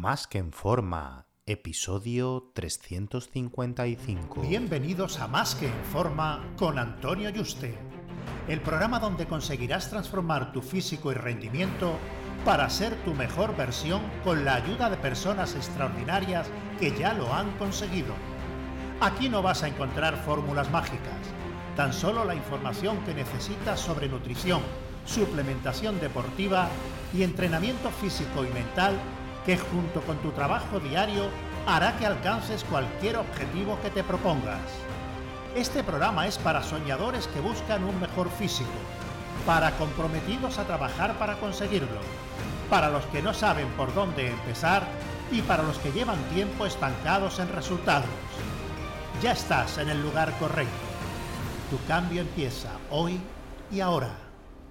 Más que en forma, episodio 355. Bienvenidos a Más que en forma con Antonio Yuste, el programa donde conseguirás transformar tu físico y rendimiento para ser tu mejor versión con la ayuda de personas extraordinarias que ya lo han conseguido. Aquí no vas a encontrar fórmulas mágicas, tan solo la información que necesitas sobre nutrición, suplementación deportiva y entrenamiento físico y mental que junto con tu trabajo diario hará que alcances cualquier objetivo que te propongas. Este programa es para soñadores que buscan un mejor físico, para comprometidos a trabajar para conseguirlo, para los que no saben por dónde empezar y para los que llevan tiempo estancados en resultados. Ya estás en el lugar correcto. Tu cambio empieza hoy y ahora.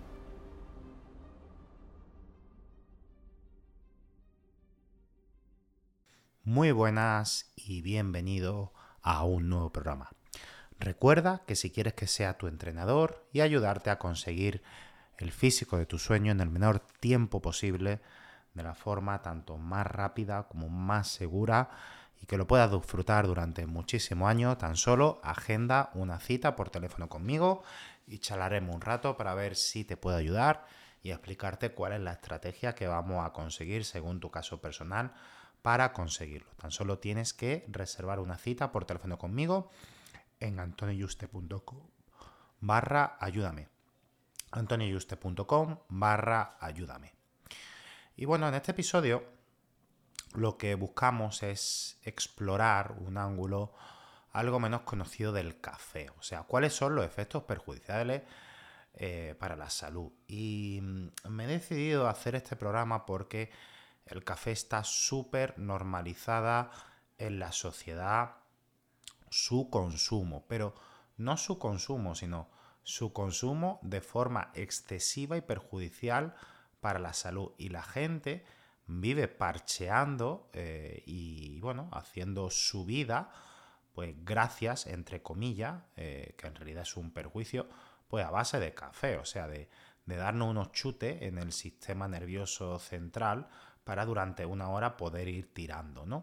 Muy buenas y bienvenido a un nuevo programa. Recuerda que si quieres que sea tu entrenador y ayudarte a conseguir el físico de tu sueño en el menor tiempo posible, de la forma tanto más rápida como más segura y que lo puedas disfrutar durante muchísimos años, tan solo agenda una cita por teléfono conmigo y charlaremos un rato para ver si te puedo ayudar y explicarte cuál es la estrategia que vamos a conseguir según tu caso personal para conseguirlo. Tan solo tienes que reservar una cita por teléfono conmigo en antonioyuste.com/ayúdame. antonioyuste.com/ayúdame. Y bueno, en este episodio lo que buscamos es explorar un ángulo algo menos conocido del café. O sea, cuáles son los efectos perjudiciales para la salud. Y me he decidido hacer este programa porque el café está súper normalizada en la sociedad su consumo, pero no su consumo, sino su consumo de forma excesiva y perjudicial para la salud. Y la gente vive parcheando y bueno, haciendo su vida, pues gracias, entre comillas, que en realidad es un perjuicio, pues a base de café, o sea, de darnos unos chutes en el sistema nervioso central para durante una hora poder ir tirando, ¿no?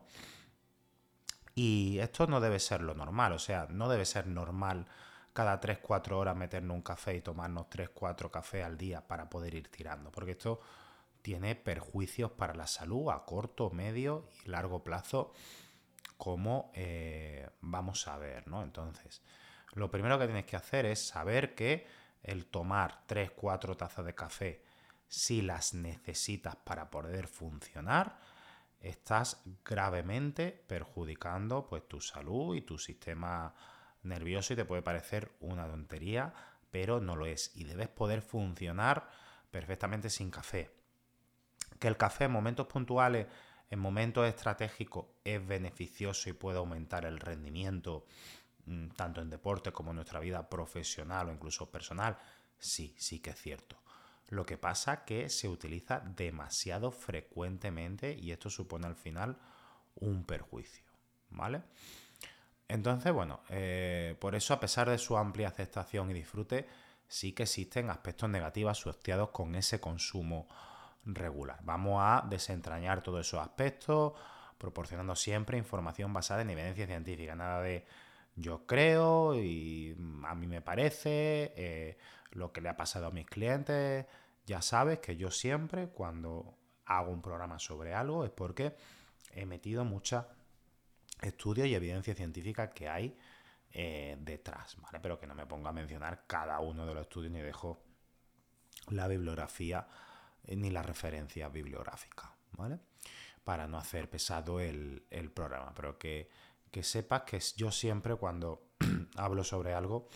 Y esto no debe ser lo normal, o sea, no debe ser normal cada 3-4 horas meternos un café y tomarnos 3-4 cafés al día para poder ir tirando, porque esto tiene perjuicios para la salud a corto, medio y largo plazo, como vamos a ver, ¿no? Entonces, lo primero que tienes que hacer es saber que el tomar 3-4 tazas de café, si las necesitas para poder funcionar, estás gravemente perjudicando pues tu salud y tu sistema nervioso, y te puede parecer una tontería, pero no lo es, y debes poder funcionar perfectamente sin café. Que el café en momentos puntuales, en momentos estratégicos, es beneficioso y puede aumentar el rendimiento tanto en deporte como en nuestra vida profesional o incluso personal, sí que es cierto. Lo que pasa es que se utiliza demasiado frecuentemente y esto supone al final un perjuicio, ¿vale? Entonces, bueno, por eso, a pesar de su amplia aceptación y disfrute, sí que existen aspectos negativos asociados con ese consumo regular. Vamos a desentrañar todos esos aspectos, proporcionando siempre información basada en evidencia científica. Nada de yo creo y a mí me parece, lo que le ha pasado a mis clientes. Ya sabes que yo siempre, cuando hago un programa sobre algo, es porque he metido mucha estudios y evidencia científica que hay detrás, ¿vale? Pero que no me pongo a mencionar cada uno de los estudios ni dejo la bibliografía ni la referencia bibliográfica, ¿vale? Para no hacer pesado el programa, pero que sepas que yo siempre, cuando hablo sobre algo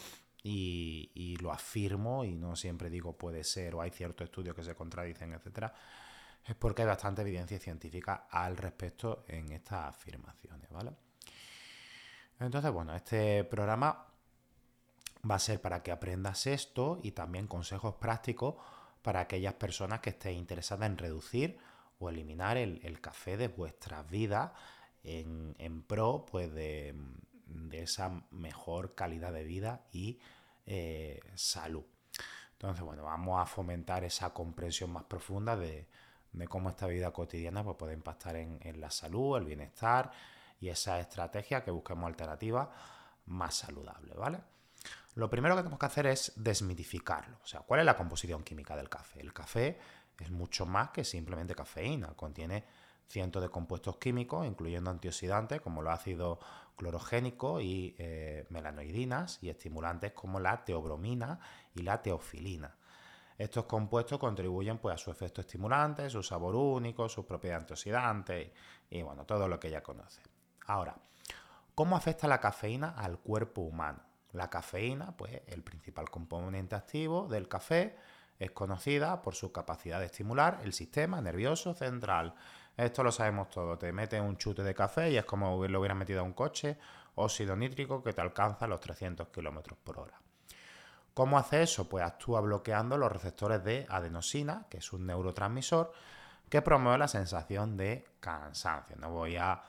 y lo afirmo, y no siempre digo puede ser o hay ciertos estudios que se contradicen, etcétera, es porque hay bastante evidencia científica al respecto en estas afirmaciones, ¿vale? Entonces, bueno, este programa va a ser para que aprendas esto y también consejos prácticos para aquellas personas que estén interesadas en reducir o eliminar el café de vuestras vidas en pro pues de esa mejor calidad de vida y salud. Entonces, bueno, vamos a fomentar esa comprensión más profunda de de cómo esta vida cotidiana pues, puede impactar en la salud, el bienestar y esa estrategia que busquemos alternativas más saludables, ¿vale? Lo primero que tenemos que hacer es desmitificarlo. O sea, ¿cuál es la composición química del café? El café es mucho más que simplemente cafeína. Contiene cientos de compuestos químicos, incluyendo antioxidantes como los ácidos clorogénicos y melanoidinas, y estimulantes como la teobromina y la teofilina. Estos compuestos contribuyen pues, a su efecto estimulante, su sabor único, sus propiedades antioxidantes y bueno, todo lo que ya conoce. Ahora, ¿cómo afecta la cafeína al cuerpo humano? La cafeína, pues el principal componente activo del café, es conocida por su capacidad de estimular el sistema nervioso central. Esto lo sabemos todos. Te metes un chute de café y es como lo hubieras metido a un coche óxido nítrico que te alcanza los 300 km/h. ¿Cómo hace eso? Pues actúa bloqueando los receptores de adenosina, que es un neurotransmisor que promueve la sensación de cansancio. No voy a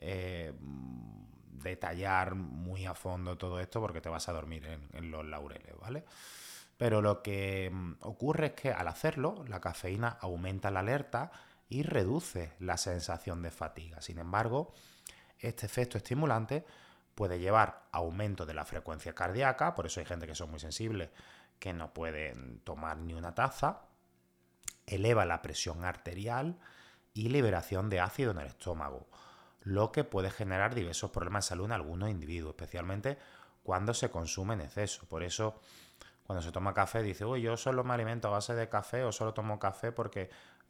detallar muy a fondo todo esto porque te vas a dormir en los laureles, ¿vale? Pero lo que ocurre es que al hacerlo, la cafeína aumenta la alerta y reduce la sensación de fatiga. Sin embargo, este efecto estimulante puede llevar a aumento de la frecuencia cardíaca, por eso hay gente que son muy sensibles que no pueden tomar ni una taza, eleva la presión arterial y liberación de ácido en el estómago, lo que puede generar diversos problemas de salud en algunos individuos, especialmente cuando se consume en exceso. Por eso, cuando se toma café, dice, uy, yo solo me alimento a base de café o solo tomo café porque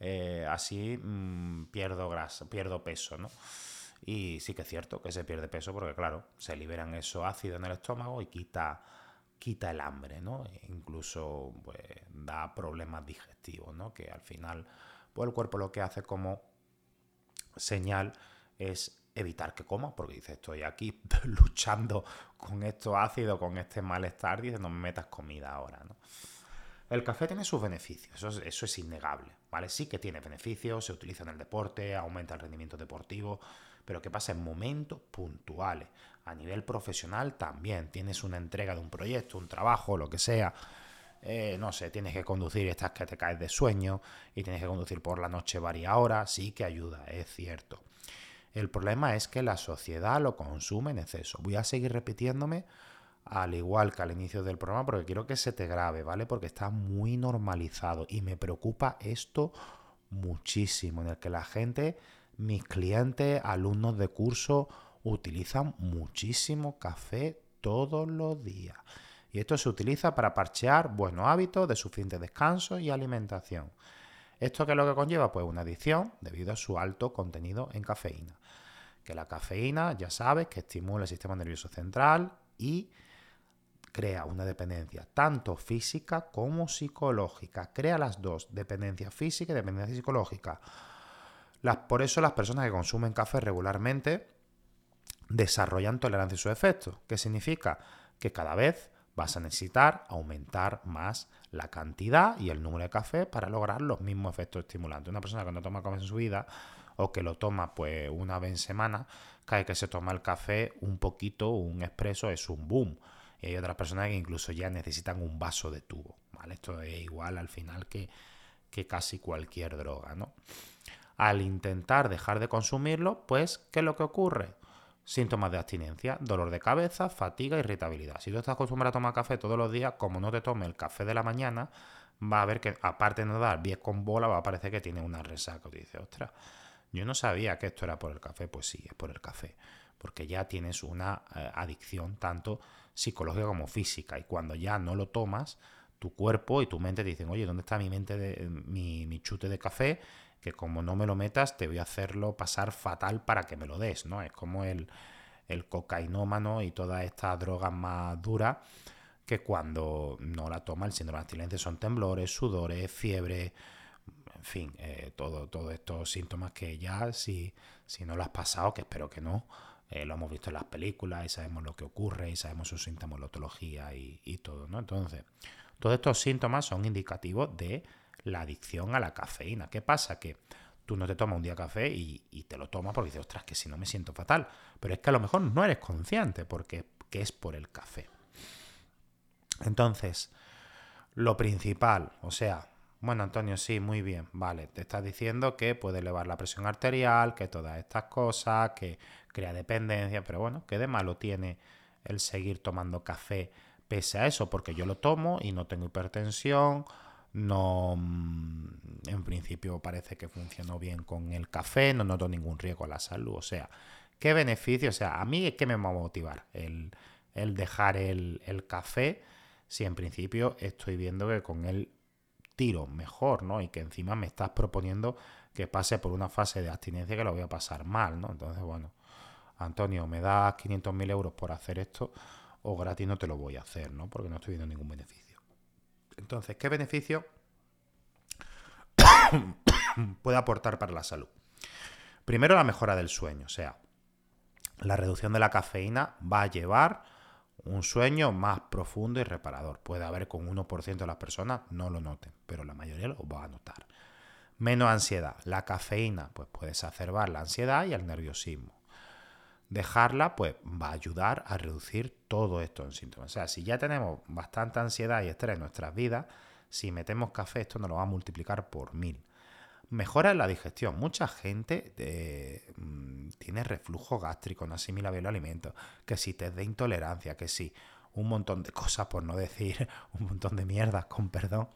así pierdo grasa, pierdo peso, ¿no? Y sí que es cierto que se pierde peso porque, claro, se liberan esos ácidos en el estómago y quita el hambre, ¿no? E incluso pues, da problemas digestivos, ¿no? Que al final, pues el cuerpo lo que hace como señal es evitar que coma, porque dice, estoy aquí luchando con estos ácidos, con este malestar, dice, no me metas comida ahora, ¿no? El café tiene sus beneficios, eso es innegable, ¿vale? Sí que tiene beneficios, se utiliza en el deporte, aumenta el rendimiento deportivo, pero ¿qué pasa en momentos puntuales? A nivel profesional también, tienes una entrega de un proyecto, un trabajo, lo que sea, no sé, tienes que conducir y estás que te caes de sueño y tienes que conducir por la noche varias horas, sí que ayuda, es cierto. El problema es que la sociedad lo consume en exceso. Voy a seguir repitiéndome al igual que al inicio del programa porque quiero que se te grabe, ¿vale? Porque está muy normalizado y me preocupa esto muchísimo, en el que la gente, mis clientes, alumnos de curso, utilizan muchísimo café todos los días. Y esto se utiliza para parchear buenos hábitos de suficiente descanso y alimentación. ¿Esto qué es lo que conlleva? Pues una adicción debido a su alto contenido en cafeína. Que la cafeína, ya sabes, que estimula el sistema nervioso central y crea una dependencia tanto física como psicológica. Crea las dos, dependencia física y dependencia psicológica. Por eso las personas que consumen café regularmente desarrollan tolerancia a sus efectos. ¿Qué significa? Que cada vez vas a necesitar aumentar más la cantidad y el número de café para lograr los mismos efectos estimulantes. Una persona que no toma café en su vida o que lo toma pues una vez en semana, cada que se toma el café un poquito, un expreso, es un boom. Y hay otras personas que incluso ya necesitan un vaso de tubo, ¿vale? Esto es igual al final que casi cualquier droga, ¿no? Al intentar dejar de consumirlo, pues, ¿qué es lo que ocurre? Síntomas de abstinencia, dolor de cabeza, fatiga, irritabilidad. Si tú estás acostumbrado a tomar café todos los días, como no te tomes el café de la mañana, va a ver que, aparte de no dar 10 con bola, va a parecer que tiene una resaca. Y dices, ostras, yo no sabía que esto era por el café. Pues sí, es por el café. Porque ya tienes una adicción tanto psicológica como física. Y cuando ya no lo tomas, tu cuerpo y tu mente te dicen, oye, ¿dónde está mi chute de café? Que como no me lo metas, te voy a hacerlo pasar fatal para que me lo des, ¿no? Es como el cocainómano y todas estas drogas más duras que cuando no la toma el síndrome de abstinencia son temblores, sudores, fiebre, en fin, todos estos síntomas que ya si no lo has pasado, que espero que no, lo hemos visto en las películas y sabemos lo que ocurre y sabemos su sintomatología y todo, ¿no? Entonces, todos estos síntomas son indicativos de la adicción a la cafeína. ¿Qué pasa? Que tú no te tomas un día café y te lo tomas porque dices, ostras, que si no me siento fatal. Pero es que a lo mejor no eres consciente porque que es por el café. Entonces, lo principal, o sea, Bueno, Antonio, sí, muy bien. Vale, te estás diciendo que puede elevar la presión arterial, que todas estas cosas, que crea dependencia, pero bueno, ¿qué de malo tiene el seguir tomando café pese a eso? Porque yo lo tomo y no tengo hipertensión, no, en principio parece que funcionó bien con el café, no noto ningún riesgo a la salud. O sea, ¿qué beneficio? O sea, a mí, ¿qué me va a motivar el dejar el café si en principio estoy viendo que con él tiro mejor, ¿no? Y que encima me estás proponiendo que pase por una fase de abstinencia que lo voy a pasar mal, ¿no? Entonces, bueno, Antonio, me das 500.000 euros por hacer esto o gratis no te lo voy a hacer, ¿no? Porque no estoy viendo ningún beneficio. Entonces, ¿qué beneficio puede aportar para la salud? Primero, la mejora del sueño, o sea, la reducción de la cafeína va a llevar un sueño más profundo y reparador. Puede haber con 1% de las personas no lo noten, pero la mayoría lo va a notar. Menos ansiedad. La cafeína pues puede exacerbar la ansiedad y el nerviosismo. Dejarla pues va a ayudar a reducir todo esto en síntomas. O sea, si ya tenemos bastante ansiedad y estrés en nuestras vidas, si metemos café esto nos lo va a multiplicar por 1000. Mejora la digestión. Mucha gente tiene reflujo gástrico, no asimila bien los alimentos, que si test de intolerancia, que si un montón de cosas, por no decir un montón de mierdas, con perdón.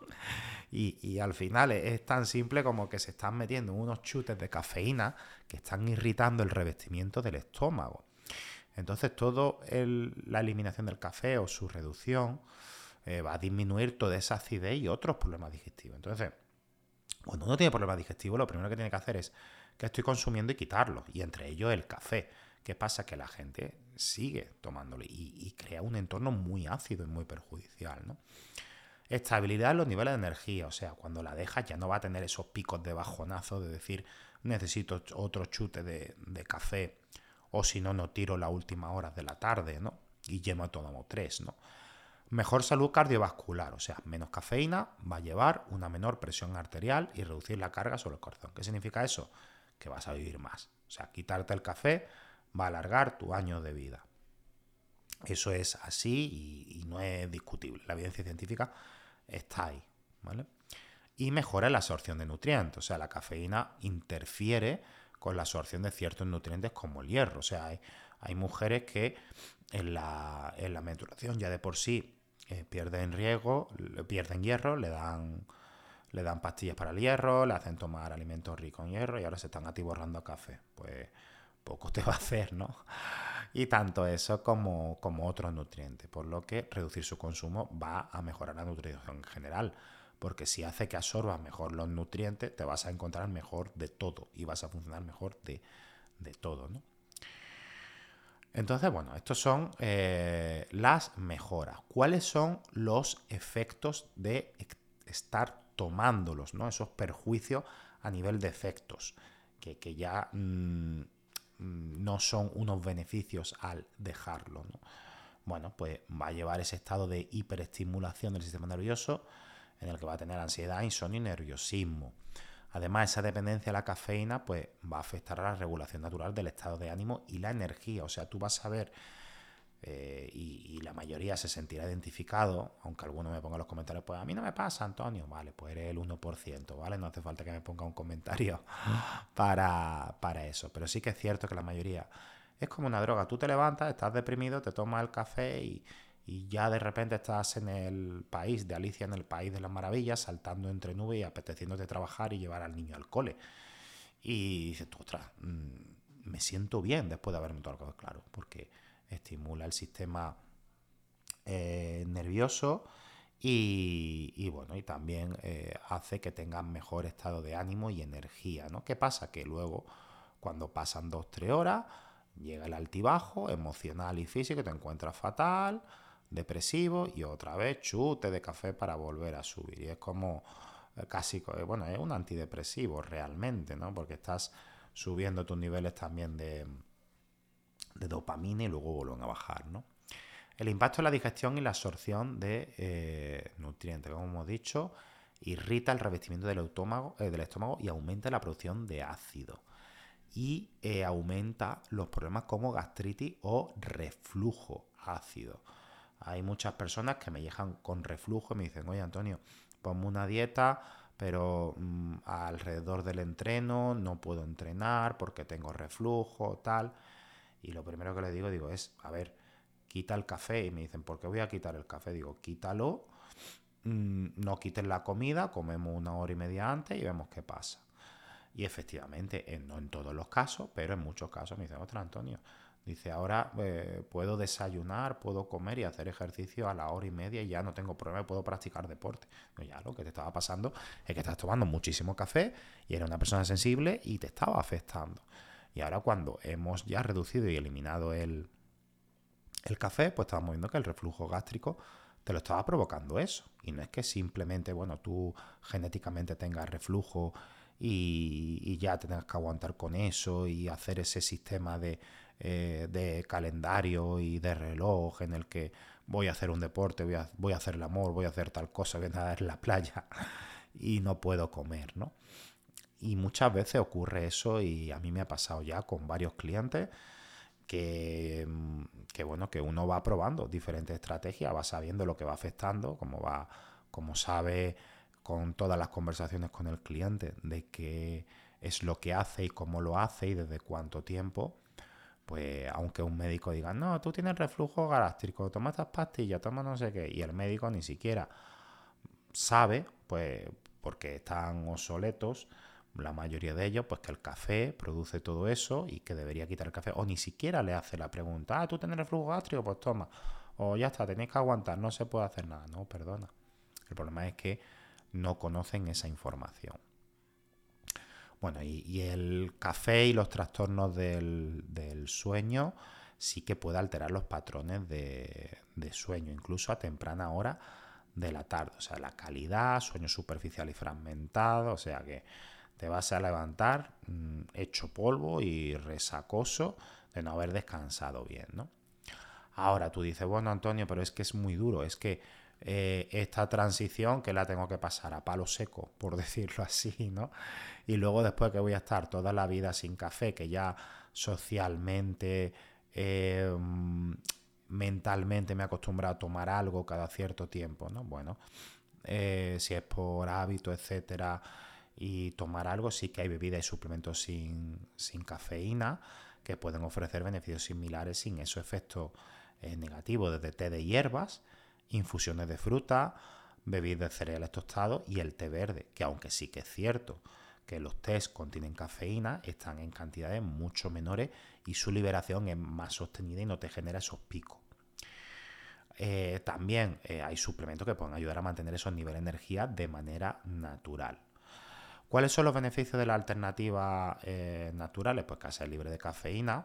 Y al final es tan simple como que se están metiendo unos chutes de cafeína que están irritando el revestimiento del estómago. Entonces toda la eliminación del café o su reducción va a disminuir toda esa acidez y otros problemas digestivos. Entonces, cuando uno tiene problemas digestivos, lo primero que tiene que hacer es que estoy consumiendo y quitarlo. Y entre ellos el café. ¿Qué pasa? Que la gente sigue tomándolo y crea un entorno muy ácido y muy perjudicial, ¿no? Estabilidad en los niveles de energía. O sea, cuando la dejas ya no va a tener esos picos de bajonazo de decir necesito otro chute de café o si no, no tiro las últimas horas de la tarde, ¿no? Y llevo todo 3, ¿no? Mejor salud cardiovascular, o sea, menos cafeína va a llevar una menor presión arterial y reducir la carga sobre el corazón. ¿Qué significa eso? Que vas a vivir más. O sea, quitarte el café va a alargar tu año de vida. Eso es así y no es discutible. La evidencia científica está ahí, ¿vale? Y mejora la absorción de nutrientes. O sea, la cafeína interfiere con la absorción de ciertos nutrientes como el hierro. O sea, hay mujeres que en la menstruación ya de por sí pierden hierro, le dan pastillas para el hierro, le hacen tomar alimentos ricos en hierro y ahora se están atiborrando a café. Pues poco te va a hacer, ¿no? Y tanto eso como otros nutrientes, por lo que reducir su consumo va a mejorar la nutrición en general, porque si hace que absorbas mejor los nutrientes, te vas a encontrar mejor de todo y vas a funcionar mejor de todo, ¿no? Entonces, bueno, estos son las mejoras. ¿Cuáles son los efectos de estar tomándolos, ¿no? Esos perjuicios a nivel de efectos, que ya no son unos beneficios al dejarlo, ¿no? Bueno, pues va a llevar ese estado de hiperestimulación del sistema nervioso en el que va a tener ansiedad, insomnio y nerviosismo. Además, esa dependencia a la cafeína pues, va a afectar a la regulación natural del estado de ánimo y la energía. O sea, tú vas a ver, y la mayoría se sentirá identificado, aunque alguno me ponga en los comentarios, pues a mí no me pasa, Antonio. Vale, pues eres el 1%, ¿vale? No hace falta que me ponga un comentario para eso. Pero sí que es cierto que la mayoría es como una droga. Tú te levantas, estás deprimido, te tomas el café y ya de repente estás en el país de Alicia, en el país de las maravillas, saltando entre nubes y apeteciéndote trabajar y llevar al niño al cole. Y dices tú, ostras, me siento bien después de haberme tomado, claro, porque estimula el sistema nervioso y bueno, y también hace que tengas mejor estado de ánimo y energía, ¿no? ¿Qué pasa? Que luego, cuando pasan 2-3 horas, llega el altibajo emocional y físico, te encuentras fatal, depresivo y otra vez chute de café para volver a subir. Y es como casi, bueno, es un antidepresivo realmente, ¿no? Porque estás subiendo tus niveles también de dopamina y luego vuelven a bajar, ¿no? El impacto en la digestión y la absorción de nutrientes, como hemos dicho, irrita el revestimiento del estómago y aumenta la producción de ácido. Y aumenta los problemas como gastritis o reflujo ácido. Hay muchas personas que me llegan con reflujo y me dicen, oye Antonio, ponme una dieta pero alrededor del entreno no puedo entrenar porque tengo reflujo, tal. Y lo primero que le digo es, a ver, quita el café. Y me dicen, ¿por qué voy a quitar el café? Digo, quítalo, no quites la comida, comemos 1 hora y media antes y vemos qué pasa. Y efectivamente, no en todos los casos, pero en muchos casos me dicen, ostras, Antonio, dice, ahora puedo desayunar, puedo comer y hacer ejercicio a la 1 hora y media y ya no tengo problema, puedo practicar deporte. No, ya lo que te estaba pasando es que estás tomando muchísimo café y eres una persona sensible y te estaba afectando. Y ahora cuando hemos ya reducido y eliminado el café, pues estamos viendo que el reflujo gástrico te lo estaba provocando eso. Y no es que simplemente, bueno, tú genéticamente tengas reflujo y ya te tengas que aguantar con eso y hacer ese sistema de calendario y de reloj en el que voy a hacer un deporte, voy a hacer el amor, voy a hacer tal cosa, voy a nadar en la playa y no puedo comer, ¿no? Y muchas veces ocurre eso y a mí me ha pasado ya con varios clientes que bueno, que uno va probando diferentes estrategias, va sabiendo lo que va afectando, como sabe con todas las conversaciones con el cliente de qué es lo que hace y cómo lo hace y desde cuánto tiempo, pues aunque un médico diga, no, tú tienes reflujo gástrico, toma estas pastillas, toma no sé qué, y el médico ni siquiera sabe, pues porque están obsoletos, la mayoría de ellos, pues que el café produce todo eso y que debería quitar el café, o ni siquiera le hace la pregunta, tú tienes reflujo gástrico, pues toma, o ya está, tenéis que aguantar, no se puede hacer nada, no, perdona. El problema es que no conocen esa información. Bueno, y el café y los trastornos del sueño sí que puede alterar los patrones de sueño, incluso a temprana hora de la tarde. O sea, la calidad, sueño superficial y fragmentado, o sea que te vas a levantar hecho polvo y resacoso de no haber descansado bien, ¿no? Ahora tú dices, bueno, Antonio, pero es que es muy duro, es que esta transición que la tengo que pasar a palo seco, por decirlo así, ¿no? Y luego después que voy a estar toda la vida sin café, que ya socialmente, mentalmente me he acostumbrado a tomar algo cada cierto tiempo, ¿no? Bueno, si es por hábito, etcétera, y tomar algo, sí que hay bebidas y suplementos sin cafeína que pueden ofrecer beneficios similares sin esos efectos negativos, desde té de hierbas, infusiones de fruta, bebidas de cereales tostados y el té verde, que aunque sí que es cierto que los tés contienen cafeína, están en cantidades mucho menores y su liberación es más sostenida y no te genera esos picos. También hay suplementos que pueden ayudar a mantener esos niveles de energía de manera natural. ¿Cuáles son los beneficios de las alternativas naturales? Pues que al ser libre de cafeína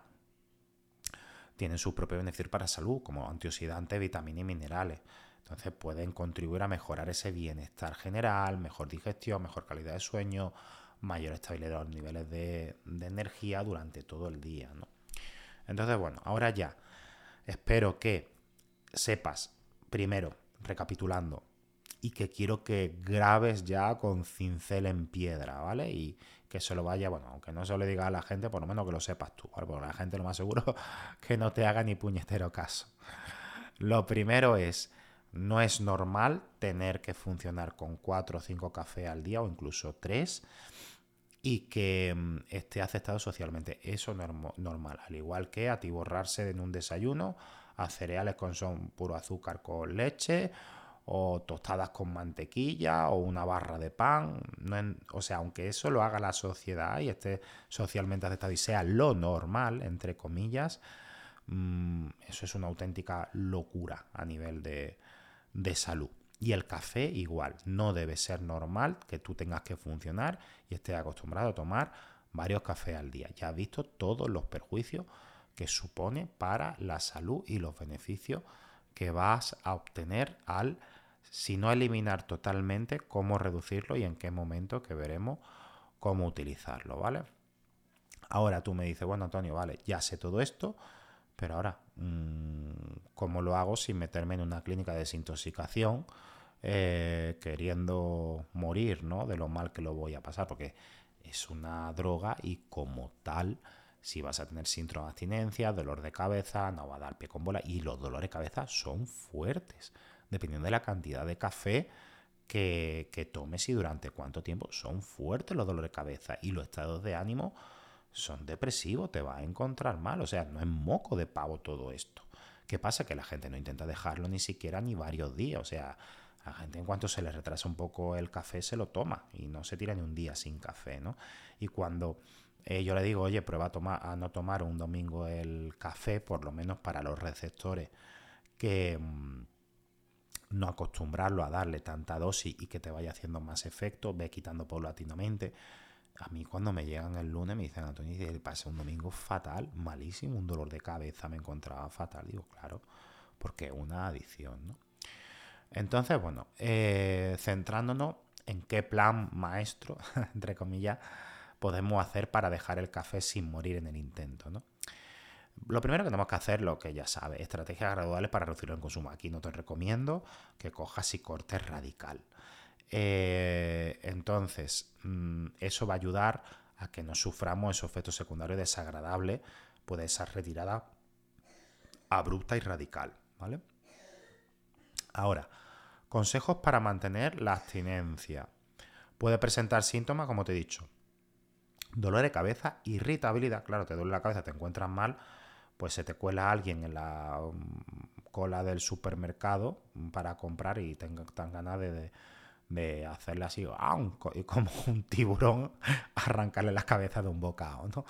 tienen sus propios beneficios para la salud, como antioxidantes, vitaminas y minerales. Entonces pueden contribuir a mejorar ese bienestar general, mejor digestión, mejor calidad de sueño, mayor estabilidad de los niveles de energía durante todo el día, ¿no? Entonces, bueno, ahora ya espero que sepas, primero, recapitulando, y que quiero que grabes ya con cincel en piedra, ¿vale? Y que se lo vaya, bueno, aunque no se lo diga a la gente, por lo menos que lo sepas tú, ¿vale? Porque la gente lo más seguro que no te haga ni puñetero caso. Lo primero es, no es normal tener que funcionar con 4 o 5 cafés al día o incluso 3 y que esté aceptado socialmente. Eso no es normal, al igual que atiborrarse en un desayuno a cereales con son puro azúcar con leche o tostadas con mantequilla o una barra de pan. No es, o sea, aunque eso lo haga la sociedad y esté socialmente aceptado y sea lo normal, entre comillas, eso es una auténtica locura a nivel de salud. Y el café igual, no debe ser normal que tú tengas que funcionar y estés acostumbrado a tomar varios cafés al día. Ya has visto todos los perjuicios que supone para la salud y los beneficios que vas a obtener al, si no eliminar totalmente, cómo reducirlo y en qué momento, que veremos cómo utilizarlo, ¿vale? Ahora tú me dices, bueno, Antonio, vale, ya sé todo esto, pero ahora, ¿cómo lo hago sin meterme en una clínica de desintoxicación queriendo morir, ¿no? De lo mal que lo voy a pasar, porque es una droga y como tal, si vas a tener síndrome de abstinencia, dolor de cabeza, no va a dar pie con bola y los dolores de cabeza son fuertes, dependiendo de la cantidad de café que tomes y durante cuánto tiempo. Son fuertes los dolores de cabeza y los estados de ánimo son depresivos, te vas a encontrar mal. O sea, no es moco de pavo todo esto. ¿Qué pasa? Que la gente no intenta dejarlo ni siquiera ni varios días. O sea, la gente en cuanto se le retrasa un poco el café se lo toma y no se tira ni un día sin café, ¿no? Y cuando yo le digo, oye, prueba a no tomar un domingo el café, por lo menos para los receptores que no acostumbrarlo a darle tanta dosis y que te vaya haciendo más efecto, ve quitando paulatinamente. A mí cuando me llegan el lunes me dicen, Antonio, pasé un domingo fatal, malísimo, un dolor de cabeza, me encontraba fatal. Digo, claro, porque es una adicción, ¿no? Entonces, bueno, centrándonos en qué plan maestro, entre comillas, podemos hacer para dejar el café sin morir en el intento, ¿no? Lo primero que tenemos que hacer, lo que ya sabes, estrategias graduales para reducir el consumo. Aquí no te recomiendo que cojas y cortes radical. Entonces, eso va a ayudar a que no suframos esos efectos secundarios desagradables pues, de esa retirada abrupta y radical, ¿vale? Ahora, consejos para mantener la abstinencia. Puede presentar síntomas, como te he dicho, dolor de cabeza, irritabilidad. Claro, te duele la cabeza, te encuentras mal, pues se te cuela alguien en la cola del supermercado para comprar y tengan ganas de hacerle así, y como un tiburón, arrancarle las cabezas de un bocado, ¿no?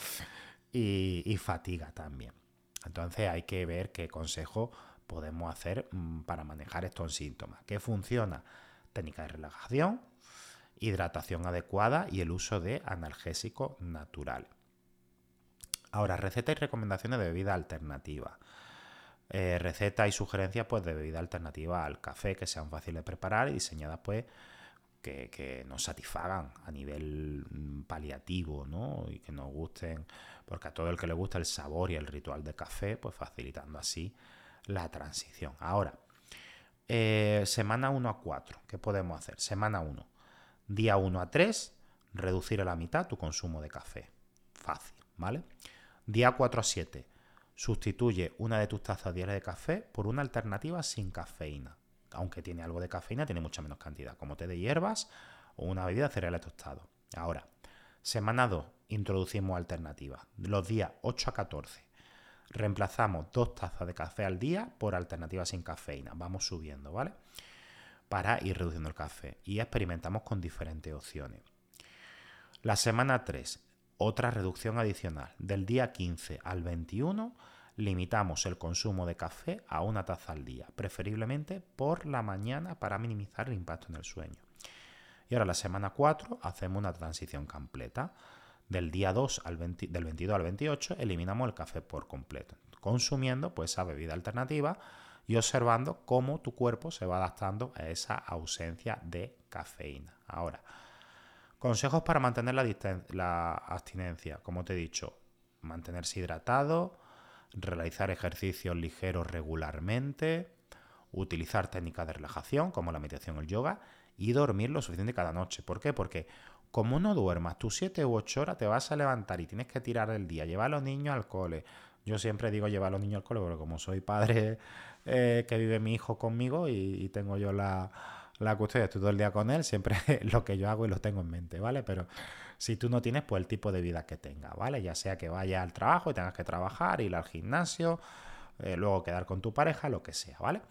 Y fatiga también. Entonces hay que ver qué consejo podemos hacer para manejar estos síntomas. ¿Qué funciona? Técnica de relajación, hidratación adecuada y el uso de analgésicos naturales. Ahora, recetas y recomendaciones de bebida alternativa. Recetas y sugerencias pues, de bebida alternativa al café que sean fáciles de preparar y diseñadas pues, que nos satisfagan a nivel paliativo, ¿no? Y que nos gusten, porque a todo el que le gusta el sabor y el ritual de café, pues facilitando así la transición. Ahora, semana 1 a 4, ¿qué podemos hacer? Semana 1, día 1 a 3, reducir a la mitad tu consumo de café. Fácil, ¿vale? Día 4 a 7, sustituye una de tus tazas diarias de café por una alternativa sin cafeína. Aunque tiene algo de cafeína, tiene mucha menos cantidad, como té de hierbas o una bebida de cereales tostados. Ahora, semana 2, introducimos alternativas. Los días 8 a 14, reemplazamos 2 tazas de café al día por alternativas sin cafeína. Vamos subiendo, ¿vale? Para ir reduciendo el café. Y experimentamos con diferentes opciones. La semana 3, otra reducción adicional. Del día 15 al 21, limitamos el consumo de café a una taza al día, preferiblemente por la mañana para minimizar el impacto en el sueño. Y ahora la semana 4 hacemos una transición completa. Del día 2 del 22 al 28 eliminamos el café por completo, consumiendo pues esa bebida alternativa y observando cómo tu cuerpo se va adaptando a esa ausencia de cafeína. Ahora, consejos para mantener la abstinencia. Como te he dicho, mantenerse hidratado, realizar ejercicios ligeros regularmente, utilizar técnicas de relajación como la meditación o el yoga y dormir lo suficiente cada noche. ¿Por qué? Porque como no duermas tus 7 u 8 horas te vas a levantar y tienes que tirar el día, llevar a los niños al cole. Yo siempre digo llevar a los niños al cole porque como soy padre que vive mi hijo conmigo y tengo yo la custodia, estoy todo el día con él, siempre lo que yo hago y lo tengo en mente, ¿vale? Pero si tú no tienes, pues el tipo de vida que tengas, ¿vale? Ya sea que vayas al trabajo y tengas que trabajar, ir al gimnasio, luego quedar con tu pareja, lo que sea, ¿vale?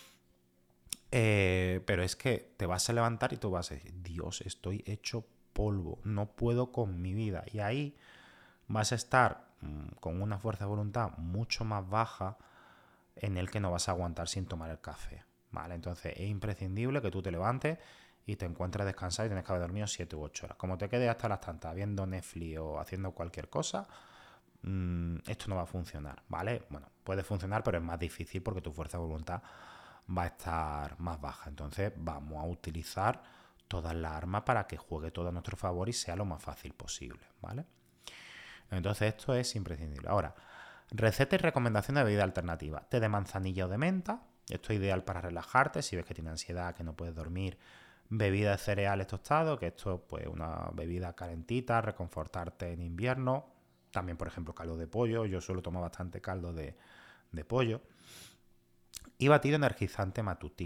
Pero es que te vas a levantar y tú vas a decir, Dios, estoy hecho polvo, no puedo con mi vida. Y ahí vas a estar con una fuerza de voluntad mucho más baja en el que no vas a aguantar sin tomar el café, ¿vale? Entonces es imprescindible que tú te levantes y te encuentres descansado y tienes que haber dormido 7 u 8 horas. Como te quedes hasta las tantas viendo Netflix o haciendo cualquier cosa, esto no va a funcionar, ¿vale? Bueno, puede funcionar, pero es más difícil porque tu fuerza de voluntad va a estar más baja. Entonces vamos a utilizar todas las armas para que juegue todo a nuestro favor y sea lo más fácil posible, ¿vale? Entonces esto es imprescindible. Ahora, recetas y recomendaciones de bebida alternativa. Té de manzanilla o de menta. Esto es ideal para relajarte si ves que tienes ansiedad, que no puedes dormir. Bebida de cereales tostados, que esto pues una bebida calentita, reconfortarte en invierno. También, por ejemplo, caldo de pollo. Yo suelo tomar bastante caldo de pollo. Y batido energizante matutino.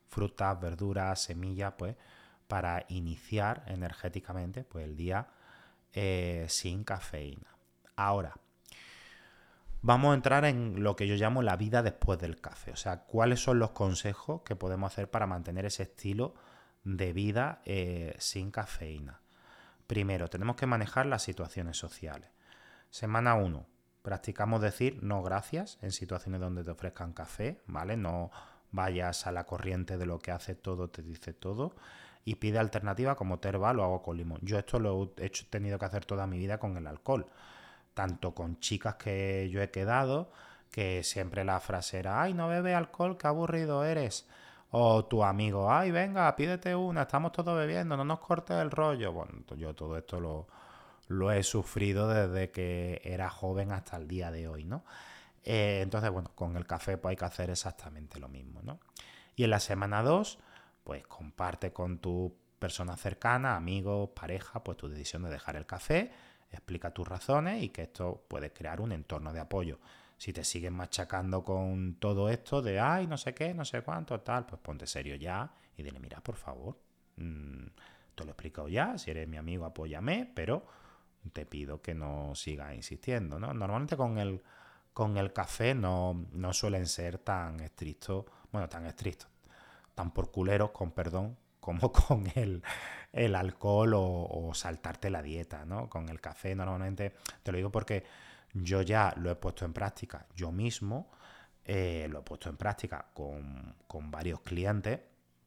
frutas, verduras, semillas, pues para iniciar energéticamente pues, el día sin cafeína. Ahora, vamos a entrar en lo que yo llamo la vida después del café. O sea, cuáles son los consejos que podemos hacer para mantener ese estilo de vida sin cafeína. Primero, tenemos que manejar las situaciones sociales. Semana 1. Practicamos decir no gracias en situaciones donde te ofrezcan café, ¿vale? No vayas a la corriente de lo que hace todo, te dice todo. Y pide alternativa como té herbal o agua con limón. Yo esto lo he tenido que hacer toda mi vida con el alcohol. Tanto con chicas que yo he quedado, que siempre la frase era, ay, no bebe alcohol, qué aburrido eres. O tu amigo, ay, venga, pídete una, estamos todos bebiendo, no nos cortes el rollo. Bueno, yo todo esto lo he sufrido desde que era joven hasta el día de hoy, ¿no? Entonces, bueno, con el café pues hay que hacer exactamente lo mismo, ¿no? Y en la semana 2, pues comparte con tu persona cercana, amigos, pareja, pues tu decisión de dejar el café, explica tus razones y que esto puede crear un entorno de apoyo. Si te siguen machacando con todo esto de, ay, no sé qué, no sé cuánto, tal, pues ponte serio ya y dile, mira, por favor, te lo he explicado ya, si eres mi amigo, apóyame, pero te pido que no sigas insistiendo, ¿no? Normalmente con el café no suelen ser tan estrictos, tan por culeros, con perdón, como con el alcohol o saltarte la dieta, ¿no? Con el café normalmente, te lo digo porque yo ya lo he puesto en práctica yo mismo, lo he puesto en práctica con varios clientes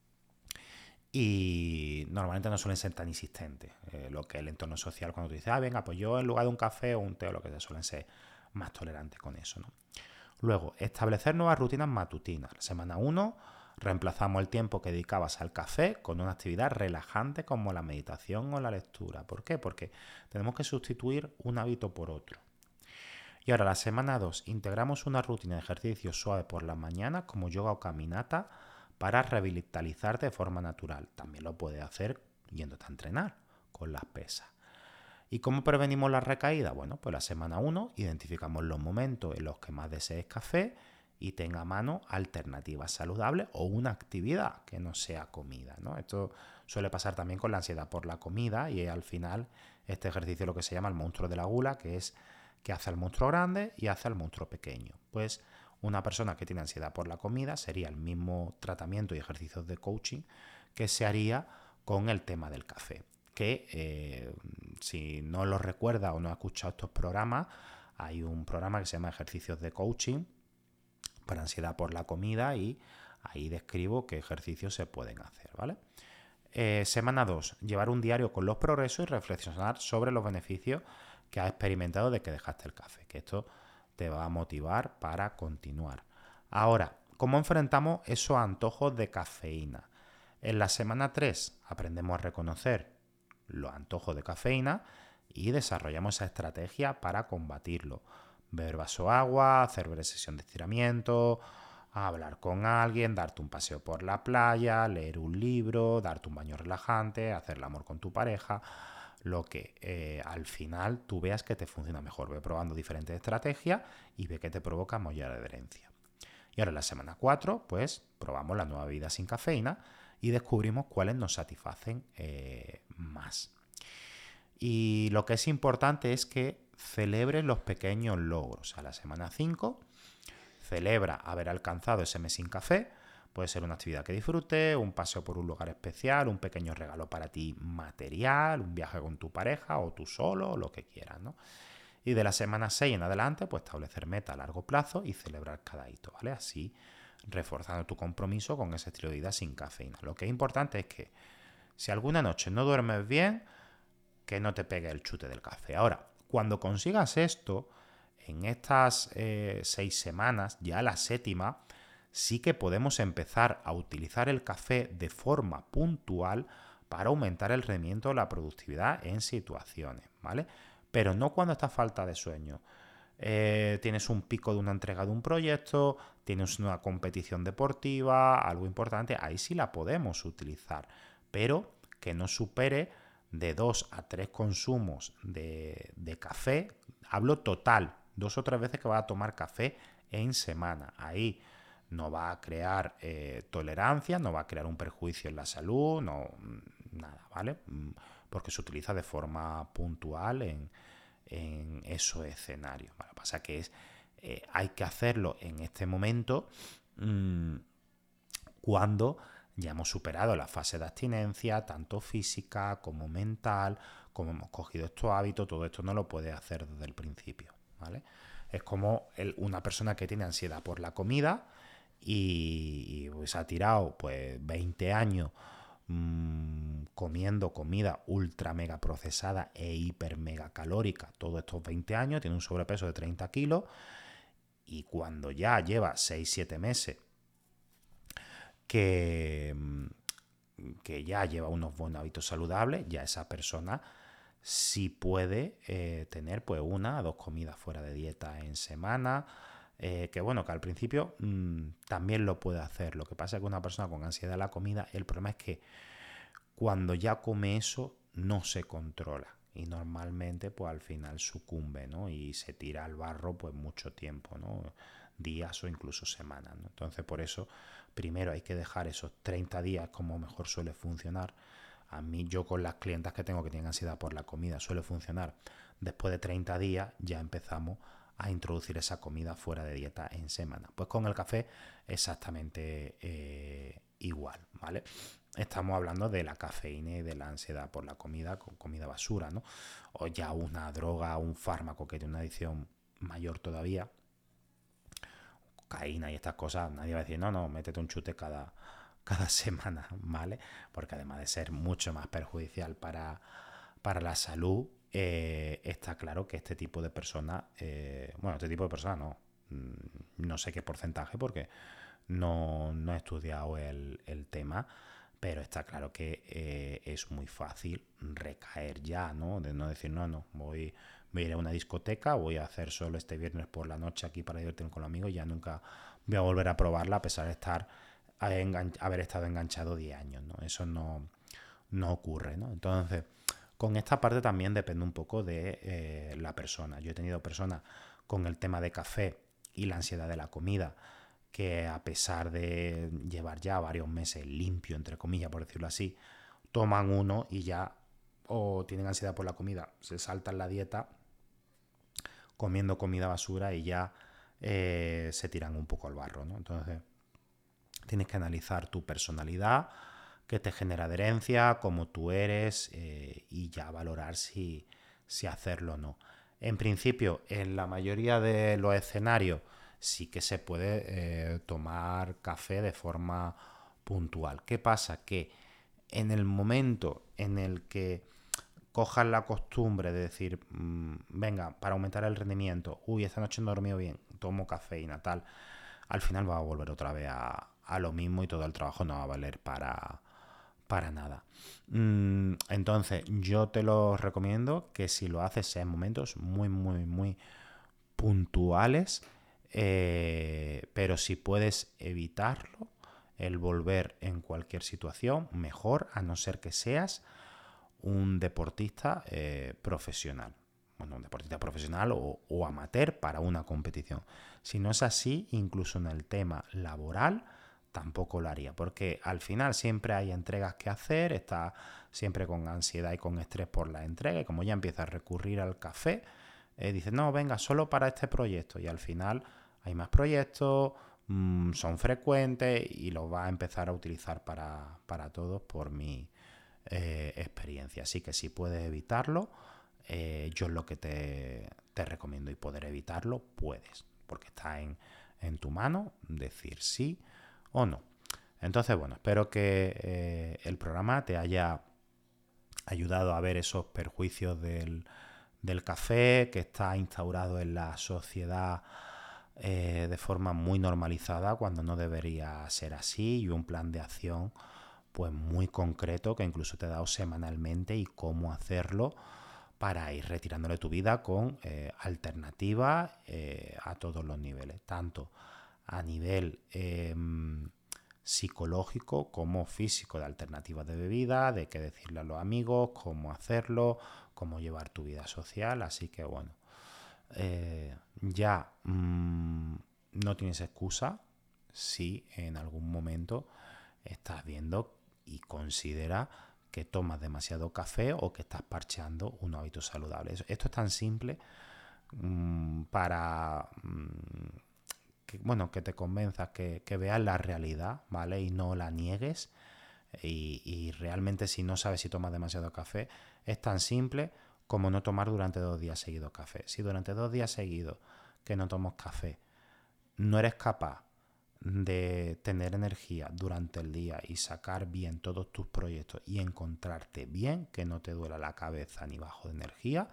y normalmente no suelen ser tan insistentes. Lo que es el entorno social, cuando tú dices, venga, pues yo en lugar de un café o un té o lo que sea, suelen ser más tolerantes con eso, ¿no? Luego, establecer nuevas rutinas matutinas. Semana 1, reemplazamos el tiempo que dedicabas al café con una actividad relajante como la meditación o la lectura. ¿Por qué? Porque tenemos que sustituir un hábito por otro. Y ahora, la semana 2, integramos una rutina de ejercicio suave por las mañanas como yoga o caminata para revitalizarte de forma natural. También lo puedes hacer yéndote a entrenar con las pesas. ¿Y cómo prevenimos la recaída? Bueno, pues la semana 1 identificamos los momentos en los que más desees café y tenga a mano alternativas saludables o una actividad que no sea comida, ¿no? Esto suele pasar también con la ansiedad por la comida y al final este ejercicio es lo que se llama el monstruo de la gula, que es que hace al monstruo grande y hace al monstruo pequeño. Pues una persona que tiene ansiedad por la comida sería el mismo tratamiento y ejercicios de coaching que se haría con el tema del café. Que si no lo recuerda o no ha escuchado estos programas, hay un programa que se llama Ejercicios de Coaching para ansiedad por la comida y ahí describo qué ejercicios se pueden hacer, ¿vale? Semana 2, llevar un diario con los progresos y reflexionar sobre los beneficios que has experimentado de que dejaste el café, que esto te va a motivar para continuar. Ahora, ¿cómo enfrentamos esos antojos de cafeína? En la semana 3 aprendemos a reconocer los antojos de cafeína y desarrollamos esa estrategia para combatirlo. Beber vaso de agua, hacer breve sesión de estiramiento, hablar con alguien, darte un paseo por la playa, leer un libro, darte un baño relajante, hacer el amor con tu pareja, lo que al final tú veas que te funciona mejor. Ve probando diferentes estrategias y ve que te provoca mayor adherencia. Y ahora en la semana 4, pues probamos la nueva bebida sin cafeína y descubrimos cuáles nos satisfacen más. Y lo que es importante es que celebres los pequeños logros. A la semana 5, celebra haber alcanzado ese mes sin café. Puede ser una actividad que disfrutes, un paseo por un lugar especial, un pequeño regalo para ti material, un viaje con tu pareja o tú solo, o lo que quieras, ¿no? Y de la semana 6 en adelante, pues establecer meta a largo plazo y celebrar cada hito, ¿vale? Así reforzando tu compromiso con ese estilo de vida sin cafeína. Lo que es importante es que si alguna noche no duermes bien, que no te pegue el chute del café. Ahora, cuando consigas esto, en estas 6 semanas, ya la 7ª, sí que podemos empezar a utilizar el café de forma puntual para aumentar el rendimiento o la productividad en situaciones, ¿vale? Pero no cuando estás falta de sueño. Tienes un pico de una entrega de un proyecto, tienes una competición deportiva, algo importante, ahí sí la podemos utilizar, pero que no supere de 2 a 3 consumos de café, hablo total, 2 o 3 veces que vas a tomar café en semana. Ahí no va a crear tolerancia, no va a crear un perjuicio en la salud, no, nada, ¿vale? Porque se utiliza de forma puntual en esos escenarios. Lo que pasa que hay que hacerlo en este momento cuando ya hemos superado la fase de abstinencia, tanto física como mental, como hemos cogido estos hábitos. Todo esto no lo puedes hacer desde el principio, ¿vale? Es como una persona que tiene ansiedad por la comida y pues ha tirado pues 20 años comiendo comida ultra mega procesada e hiper mega calórica todos estos 20 años, tiene un sobrepeso de 30 kilos, y cuando ya lleva 6-7 meses que ya lleva unos buenos hábitos saludables, ya esa persona sí puede tener pues 1 o 2 comidas fuera de dieta en semana, que bueno, que al principio también lo puede hacer. Lo que pasa es que una persona con ansiedad de la comida, el problema es que cuando ya come eso no se controla y normalmente pues al final sucumbe, ¿no? Y se tira al barro pues mucho tiempo, ¿no? Días o incluso semanas, ¿no? Entonces por eso primero hay que dejar esos 30 días como mejor suele funcionar. A mí, yo con las clientas que tengo que tienen ansiedad por la comida, suele funcionar. Después de 30 días ya empezamos a introducir esa comida fuera de dieta en semana. Pues con el café exactamente igual, ¿vale? Estamos hablando de la cafeína y de la ansiedad por la comida, con comida basura, ¿no? O ya una droga, un fármaco que tiene una adicción mayor todavía, cocaína y estas cosas. Nadie va a decir, no, métete un chute cada semana, ¿vale? Porque además de ser mucho más perjudicial para la salud, está claro que este tipo de personas, no sé qué porcentaje porque no he estudiado el tema, pero está claro que es muy fácil recaer ya, ¿no? De no decir, no, voy a ir a una discoteca, voy a hacer solo este viernes por la noche aquí para divertirme con los amigos y ya nunca voy a volver a probarla a pesar de haber estado enganchado 10 años, ¿no? Eso no ocurre, ¿no? Entonces, con esta parte también depende un poco de la persona. Yo he tenido personas con el tema de café y la ansiedad de la comida que, a pesar de llevar ya varios meses limpio, entre comillas, por decirlo así, toman uno y ya o tienen ansiedad por la comida, se saltan la dieta comiendo comida basura y ya se tiran un poco al barro, ¿no? Entonces tienes que analizar tu personalidad, qué te genera adherencia, cómo tú eres, y ya valorar si hacerlo o no. En principio, en la mayoría de los escenarios sí que se puede tomar café de forma puntual. ¿Qué pasa? Que en el momento en el que cojas la costumbre de decir, venga, para aumentar el rendimiento, esta noche no he dormido bien, tomo cafeína, tal, al final va a volver otra vez a lo mismo y todo el trabajo no va a valer para nada. Entonces, yo te lo recomiendo que si lo haces sea en momentos muy, muy, muy puntuales, pero si puedes evitarlo, el volver en cualquier situación, mejor, a no ser que seas un deportista profesional. Bueno, un deportista profesional o amateur para una competición. Si no es así, incluso en el tema laboral, tampoco lo haría, porque al final siempre hay entregas que hacer, está siempre con ansiedad y con estrés por la entrega, y como ya empieza a recurrir al café, dice, no, venga, solo para este proyecto, y al final hay más proyectos, son frecuentes y los va a empezar a utilizar para todos, por mi experiencia. Así que si puedes evitarlo, yo es lo que te recomiendo, y poder evitarlo puedes, porque está en tu mano decir sí o no. Entonces, bueno, espero que el programa te haya ayudado a ver esos perjuicios del café, que está instaurado en la sociedad de forma muy normalizada, cuando no debería ser así, y un plan de acción pues muy concreto que incluso te he dado semanalmente, y cómo hacerlo para ir retirándole tu vida con alternativas a todos los niveles, tanto a nivel psicológico como físico, de alternativas de bebida, de qué decirle a los amigos, cómo hacerlo, cómo llevar tu vida social. Así que bueno, ya no tienes excusa. si en algún momento estás viendo y considera que tomas demasiado café o que estás parcheando un hábito saludable. Esto es tan simple para que te convenzas, que veas la realidad, ¿vale? Y no la niegues. Y realmente, si no sabes si tomas demasiado café, es tan simple como no tomar durante 2 días seguidos café. Si durante 2 días seguidos que no tomas café no eres capaz de tener energía durante el día y sacar bien todos tus proyectos y encontrarte bien, que no te duela la cabeza ni bajo de energía,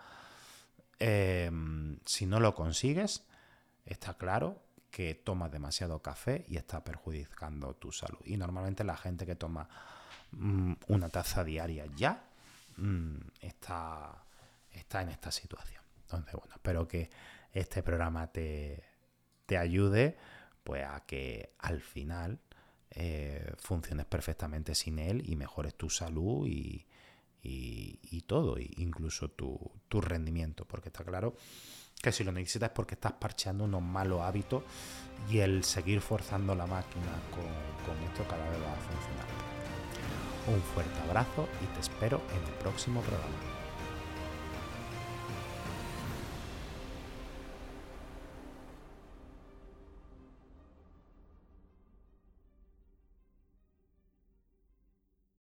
si no lo consigues, está claro que tomas demasiado café y está perjudicando tu salud. Y normalmente la gente que toma una taza diaria ya está en esta situación. Entonces, bueno, espero que este programa te ayude pues a que al final funciones perfectamente sin él y mejores tu salud y todo, incluso tu rendimiento, porque está claro que si lo necesitas es porque estás parcheando unos malos hábitos y el seguir forzando la máquina con esto cada vez va a funcionar. Un fuerte abrazo y te espero en el próximo programa.